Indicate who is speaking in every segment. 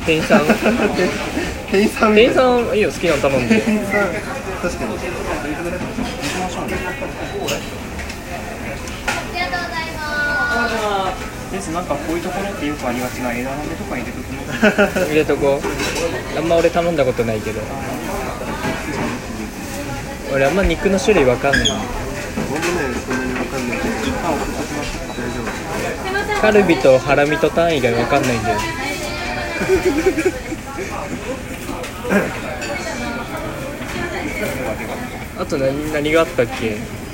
Speaker 1: 店員さん
Speaker 2: 店員さん
Speaker 1: いいよ、好きなの頼んで。
Speaker 2: 店員さん確かに。
Speaker 3: です。なんかこういうところってよくありがちな枝豆とか入れとくの
Speaker 1: 入れとこう。あんま俺頼んだことないけど、俺あんま肉の種類わかんない。
Speaker 2: 僕ね、そんなにわかんないけど、送っときましょうか。大丈夫。
Speaker 1: カルビとハラミとタン以外わかんないんだよ。あと何があったっけ？
Speaker 4: 4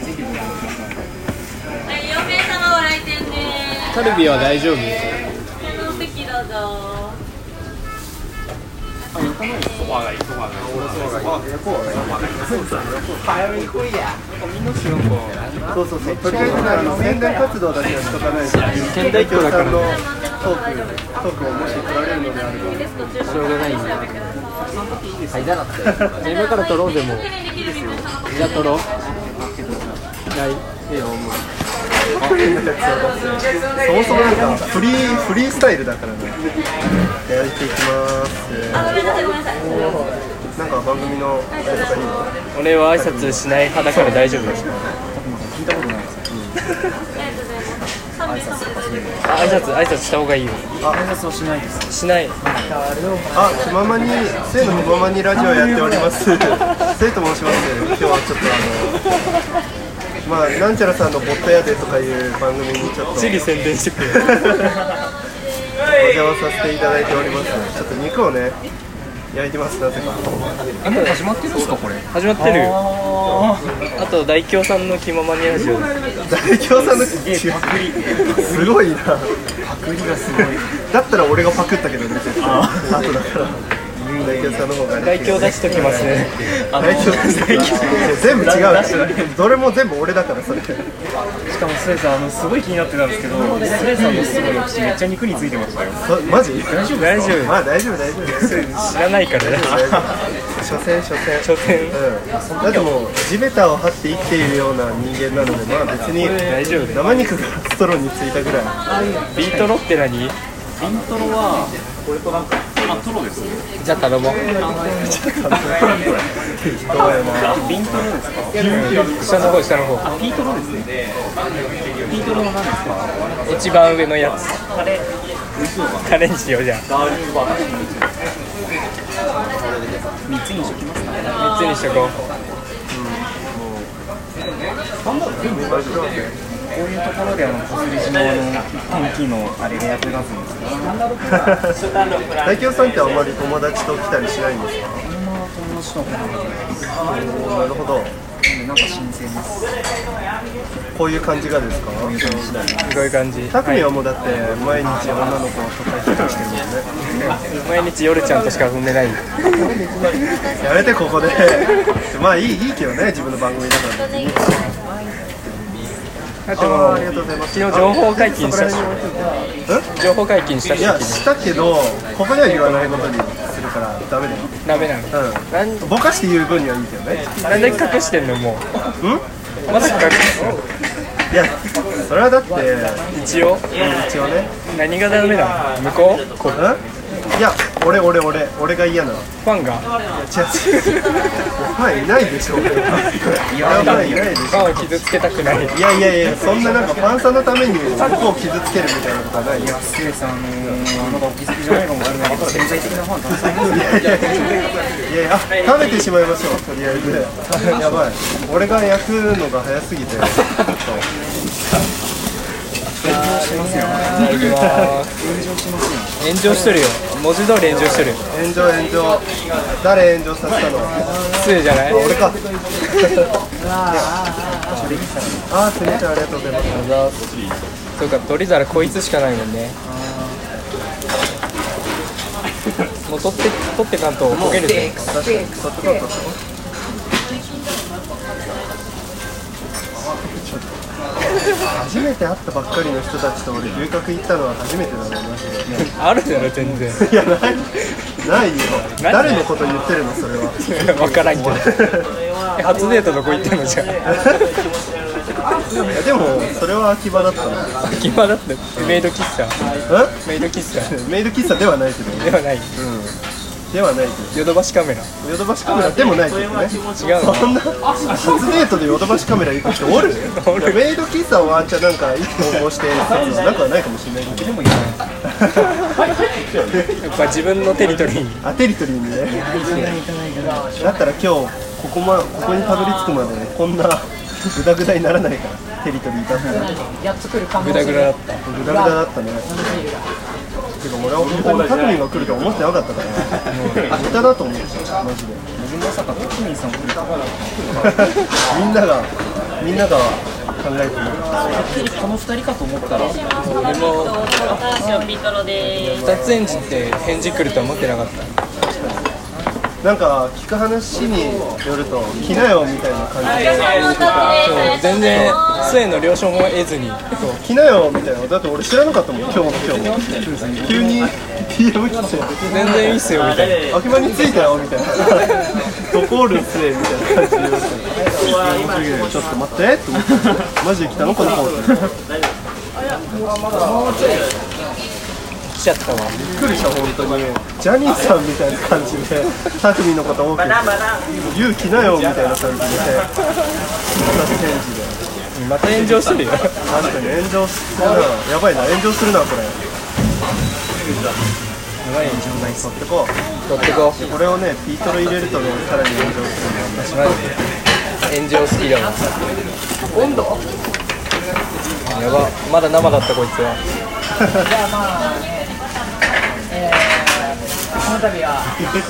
Speaker 4: 名様ご来店です。
Speaker 1: カルビは大丈夫？
Speaker 4: お席どうぞ。
Speaker 3: そばがいい、そばがいい。早めに来いや。みんな知らんか。
Speaker 2: そうそうそう。とりあえず宣伝活動だけはしとかないと。
Speaker 1: 仙台っ子だからね。
Speaker 2: トークをもし取られるのであれば。
Speaker 1: しょうがないんだ。はいだなって。今から撮ろうでも。じゃあ撮ろう。はい。いいよ。
Speaker 2: そもそもなんかフリースタイルだからね。やっていきます。なんか番組のあれとかいいの？
Speaker 1: 俺は挨拶しない派だから大丈夫です。
Speaker 3: 聞いたことないです。
Speaker 1: 挨拶した方がいいよ。
Speaker 3: 挨拶はしないです。
Speaker 1: しない。
Speaker 2: せいの気ままにラジオやっております。せいと申します。今日はちょっとなんちゃらさんのボット屋でとかいう番組にちょっと
Speaker 1: チリ宣伝してくれ。
Speaker 2: お邪魔させていただいております。ちょっと肉をね焼いてます。なぜか。
Speaker 3: もう始まってるんですかこれ？
Speaker 1: 始まってるよ。あと大京さんの気ままにラジオ。
Speaker 2: 大京さんのすごいな。
Speaker 3: パクリがすごい。
Speaker 2: だったら俺がパクったけどね。あとだから。大京さんの方がね。
Speaker 1: 大京出しときますね。
Speaker 2: 大京全部違う。どれも全部俺だからそれ。
Speaker 3: しかもスレさんすごい気になってたんですけど、スレさんのすごい口めっちゃ肉についてましたよ。
Speaker 2: マジ？
Speaker 1: 大丈夫。
Speaker 2: 大丈夫。
Speaker 1: 知らないからね。
Speaker 2: 所詮。
Speaker 1: 書店。
Speaker 2: だってもう地べたを張って生きているような人間なので、別に
Speaker 1: 大丈夫。
Speaker 2: 生肉がストローについたぐらい。
Speaker 1: ビートロって何？
Speaker 3: ビントロはこれとなんかトロです。
Speaker 1: じゃあ頼もう。
Speaker 2: どうやな。
Speaker 3: ビントロですか？
Speaker 1: 下の方。
Speaker 3: ピートロですね。ピートロは何ですか？
Speaker 1: 一番上のやつ。カレーにしようじゃん。
Speaker 3: 3つにしときますかね。
Speaker 1: 3つにしとこう。
Speaker 3: こういうところで小杉島の天気のあれが役立つんですか？
Speaker 2: 大京さんってあんまり友達と来たりしないんですか？
Speaker 3: 友達とは
Speaker 2: なるほど。
Speaker 3: なんか新鮮です。
Speaker 2: こういう感じがですか？
Speaker 1: すごい感じ。
Speaker 2: たくみはもうだって毎日女の子を紹介してるもんね。
Speaker 1: 毎日夜ちゃんとしか踏んでない。
Speaker 2: やめてここで。いいけどね、自分の番組だから別に。
Speaker 1: だってもう昨日情報解禁したし。情報解禁したし。
Speaker 2: いやしたけど、ここでは言わないことにするからダメだよ。
Speaker 1: ダメなの。
Speaker 2: ぼかして言う分にはいいけどね。
Speaker 1: なんで隠してんのもう。まだ隠してんの？
Speaker 2: いや、それはだって
Speaker 1: 一応ね。何がダメなの？向こう？
Speaker 2: いや、俺が嫌なの。
Speaker 1: ファンが？
Speaker 2: 違う。ファンいないでしょ。ファンいないでしょ。
Speaker 1: ファンを傷つけたくない。
Speaker 2: いや、そんななんかファンさんのためにそこを傷つけるみたいなことはない。
Speaker 3: いや、スケさんなんかお気づきじゃないかもしれないけど、潜在的なファンたくさんいます。
Speaker 2: いや、食べてしまいましょう。とりあえず。やばい。俺が焼くのが早すぎて。
Speaker 3: 炎上しますよ。
Speaker 1: 炎上してるよ。文字通り炎上してる。
Speaker 2: 炎上。誰炎上させたの？
Speaker 1: 失礼じゃない？
Speaker 2: 俺か。すみません、ありがとうございます。
Speaker 1: そうか、取り皿こいつしかないもんね。もう取ってかんと焦げるぜ。
Speaker 2: 初めて会ったばっかりの人たちと俺留学行ったのは初めてだろうな。
Speaker 1: あるだろ全然。
Speaker 2: いやないよ。誰のこと言ってるのそれは。
Speaker 1: 分からんけど。初デートどこ行ってんのじゃん。
Speaker 2: やでもそれは秋葉だったな。
Speaker 1: 秋葉だってメイド喫茶メイド喫茶
Speaker 2: メイド喫茶ではないけど
Speaker 1: ではない
Speaker 2: ではないけど
Speaker 1: ヨドバシカメラ
Speaker 2: ヨドバシカメラでもないけどね。
Speaker 1: 違うの
Speaker 2: そんな初デートでヨドバシカメラ行く人おる？メイド喫茶をワンチャンなんか一個応募して説はなくはないかもしれないけど。
Speaker 1: やっぱ自分のテリトリーに
Speaker 2: テリトリーにね。だったら今日ここにたどり着くまでこんなグダグダにならないから。テリトリーだったら
Speaker 1: グダグダだった
Speaker 2: グダグダだったね。てか俺は本当にタクミンが来ると思ってなかったからネタだと思ってたマジで。
Speaker 3: 僕まさかタクミンさん来るか
Speaker 2: みんなが考えてる。
Speaker 3: この2人かと思ったら
Speaker 1: でも
Speaker 4: 私はピトロで
Speaker 1: 2つ演じて返事来るとは思ってなかった。
Speaker 2: なんか聞く話によると来なよみたいな感じで
Speaker 1: そう全然末の了承も得ずに
Speaker 2: 来なよみたいな。だって俺知らなかったもん今日急に DM 来て
Speaker 1: 全然いいっすよみたいな
Speaker 2: 秋葉に着いたよみたいなドコールっすねみたいな感じで言われてちょっと待ってって思ってマジで来たのこのポーズ
Speaker 1: 来ちゃったわ。
Speaker 2: びっくりした本当にジャニーさんみたいな感じでタクミンのこと多く言う来なよみたいな感じで
Speaker 1: また炎上してるよ。
Speaker 2: 確かに炎上するな。やばいな炎上するなこれ。やばい炎上ない取ってこう
Speaker 1: 取ってこう。
Speaker 2: これをねピートル入れるとねさらに炎上するんだよね。
Speaker 1: 炎上好きだわ。温度やばまだ生だったこいつは。
Speaker 5: じゃあこの度は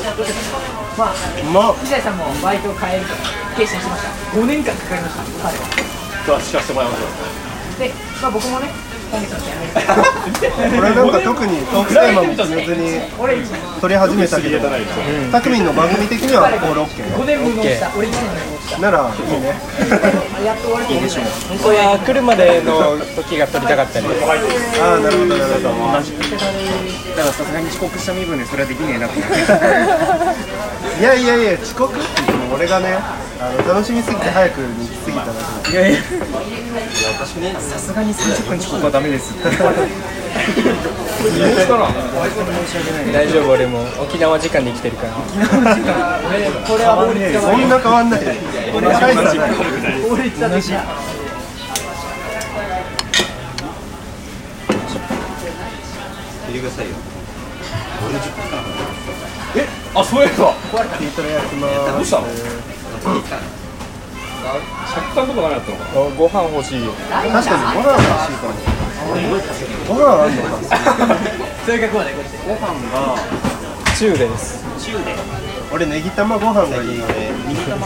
Speaker 5: 藤谷さんもバイトを変えると決心しました。5年間かかりました彼は。
Speaker 3: 聞かせてもらいましょう。
Speaker 5: で、僕もね今月の辞める
Speaker 2: これなんか特にトークテーマも決めずに撮り始めたけどタクミンの番組的にはオールオッケー
Speaker 5: 5年無能した俺1年無能した
Speaker 2: ならいいね。
Speaker 5: やっと終わると思う。
Speaker 1: 本当は来るまでの時が撮りたかったね。
Speaker 2: ああなるほどなるほど。
Speaker 3: だからさすがに遅刻した身分でそれはできねえなって
Speaker 2: いや遅刻って言っても俺がね楽しみすぎて早くに来すぎただけ。
Speaker 3: いやさすがに30分遅刻はダメですって
Speaker 1: 大丈夫俺も沖縄時間で生きてるから。
Speaker 5: これは法律が
Speaker 2: そんな変わんない。大差ない。
Speaker 5: 法律はできない。
Speaker 3: あ、そういえば
Speaker 2: ピートルやってま
Speaker 3: どうしたの？食感とか何やったのかな？
Speaker 1: ご飯欲しいよ。
Speaker 2: 確かにご飯は欲しいかも。ご飯あんのか。
Speaker 5: それがこうねこうして
Speaker 1: 中です。
Speaker 2: 俺ネギ玉ご飯がいいよね。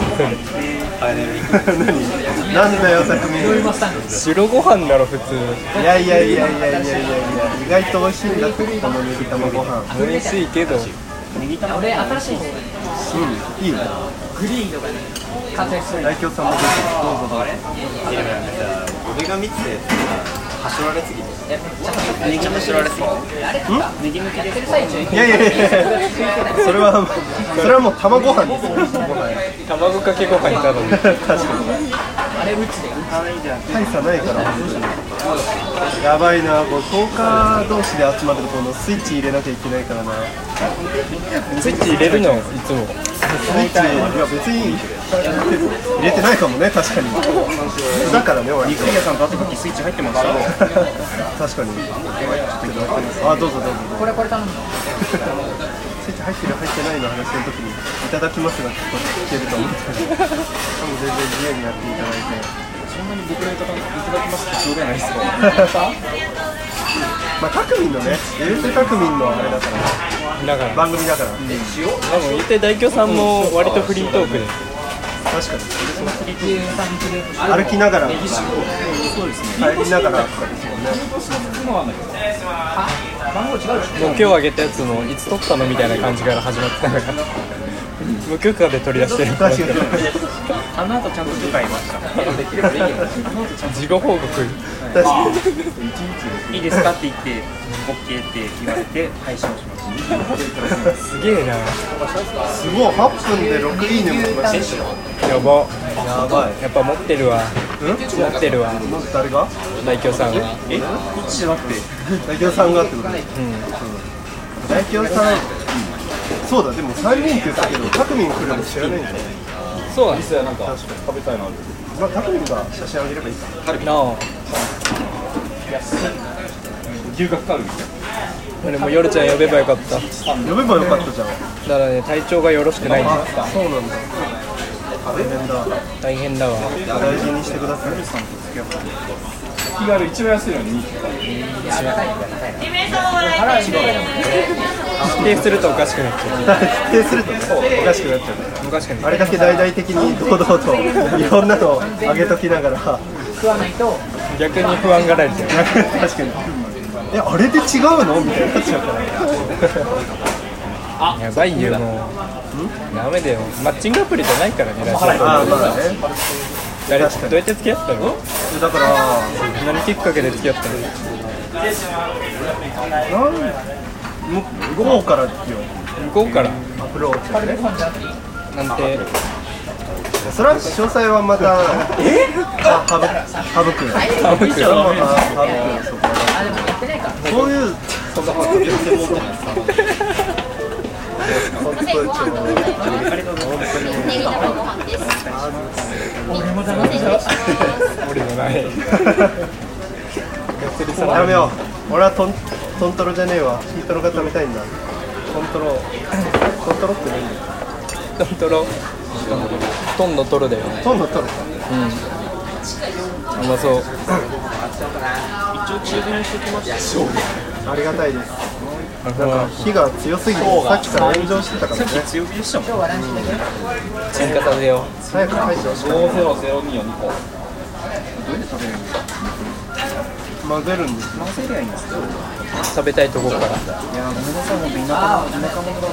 Speaker 2: なんだよ匠。
Speaker 1: 白ご飯だろ普通。
Speaker 2: いや意外と美味しいんだってこのネギ玉ご飯。
Speaker 1: 美味しいけど。
Speaker 5: 俺新しい方
Speaker 2: いいね。
Speaker 5: グリーンとかね活躍する。
Speaker 2: 大京さんもぜひどうぞどうぞ。
Speaker 6: 俺が見てはしょられすぎて
Speaker 5: ネギむしられすぎてあれかネギむきでてる最中に
Speaker 2: いやそれはもう玉ご飯ですよ。
Speaker 1: 卵かけご飯いたのに。
Speaker 2: 確かに
Speaker 5: あれうちで
Speaker 2: 大差ないから本当に。やばいな、こうトーカー同士で集まってるこのスイッチ入れなきゃいけないからな。
Speaker 1: スイッチ入れるのいつも。
Speaker 2: スイッチいや別に入れてないかもね。確かにだからね俺
Speaker 3: 肉屋さんと会った時スイッチ入ってました。
Speaker 2: 確かに。あ、どうぞどうぞ。
Speaker 5: これ頼むの
Speaker 2: スイッチ入ってる入ってないの話の時にいただきますが聞けると思って多分全然自由にやっていただいて。
Speaker 3: そんなに僕らいただきますってちょうどないですか？
Speaker 2: まあタクミンのね、エルテタクミンのあれだから
Speaker 1: だから。
Speaker 2: 番組だから。
Speaker 1: でも言って大京さんも割とフリートークで。
Speaker 2: 確かに
Speaker 5: 13
Speaker 2: 歩きながら
Speaker 3: そうですね。
Speaker 2: 帰りながらとかですよね。
Speaker 5: 番号違うでしょ。
Speaker 1: もう今日あげたやつもいつ撮ったのみたいな感じから始まってたから無許可で取り出してる。
Speaker 2: 確かに
Speaker 3: あの後ちゃんと許可得ました。
Speaker 1: 事後報告。
Speaker 2: 確かに
Speaker 3: いいですかって言って OK って言われて配信をしました。
Speaker 1: すげえな。
Speaker 2: すごい、8分で6いいねも来ましたよ。
Speaker 1: やば。
Speaker 2: やばい。
Speaker 1: やっぱ持ってるわ。持ってるわ。
Speaker 2: 誰が？
Speaker 1: 大京さんが。
Speaker 3: こっちじゃなくて
Speaker 2: 大京さんがってことで。大京さん、そうだ、でも3人って言ったけど、タクミン来るの知らないんだよ。
Speaker 1: そうなんですよ。
Speaker 3: なんか食べたいなって。
Speaker 2: まあ、タクミンが写真あげればいいか。
Speaker 1: なあ。
Speaker 3: 牛角カルビ。
Speaker 1: 俺も夜ちゃん呼べばよかった。だ
Speaker 2: 呼べばよかったじゃん。
Speaker 1: からね、体調がよろしくないんだ。
Speaker 2: そうなんだ。大変だ。
Speaker 1: 大変だわ。
Speaker 2: 大事にしてください。
Speaker 3: 気軽一番安いのに。
Speaker 1: 否定するとおかしくなっちゃ
Speaker 2: 否定するとね、おかしくなっちゃう。
Speaker 1: う。おかしくなっちゃ
Speaker 2: あれだけ大々的に堂々といろんなのを上げときながら
Speaker 5: 食わないと
Speaker 1: う。逆に不安がられちゃう。
Speaker 2: 確かにあれで違うのみたいになっちゃうから
Speaker 1: やばいよ、もう。ダメだよ。マッチングアプリじゃないからね、ラジオ。
Speaker 2: ああまあね
Speaker 1: あれ、どうやって付き合ったの？
Speaker 2: だから
Speaker 1: 何きっかけで付き合ったの？
Speaker 2: 向こうからですよ
Speaker 1: 向こうから。
Speaker 2: アプローチね
Speaker 1: なんて。
Speaker 2: それは詳細はまた省く
Speaker 1: 省く
Speaker 2: それはまた省くそこはそういう
Speaker 1: 俺じゃない。
Speaker 2: やめよう俺はトントロじゃねえわヒートロが食べたいんだトントロって何だよ
Speaker 1: トントロ。トンのトロだよ。
Speaker 2: トンのトロ
Speaker 1: うまそう。
Speaker 2: ありがたいですなんか火が強すぎてさっきから炎上してたからね
Speaker 3: 強火でしたもん。
Speaker 1: 喧嘩させよ
Speaker 2: 早く帰ってほしい
Speaker 3: 5002を2個。
Speaker 2: 混ぜるんです
Speaker 3: 混ぜりゃいいんですよ。
Speaker 1: う。食べたいとこから。
Speaker 3: いやごめんなさい、本当田舎者だ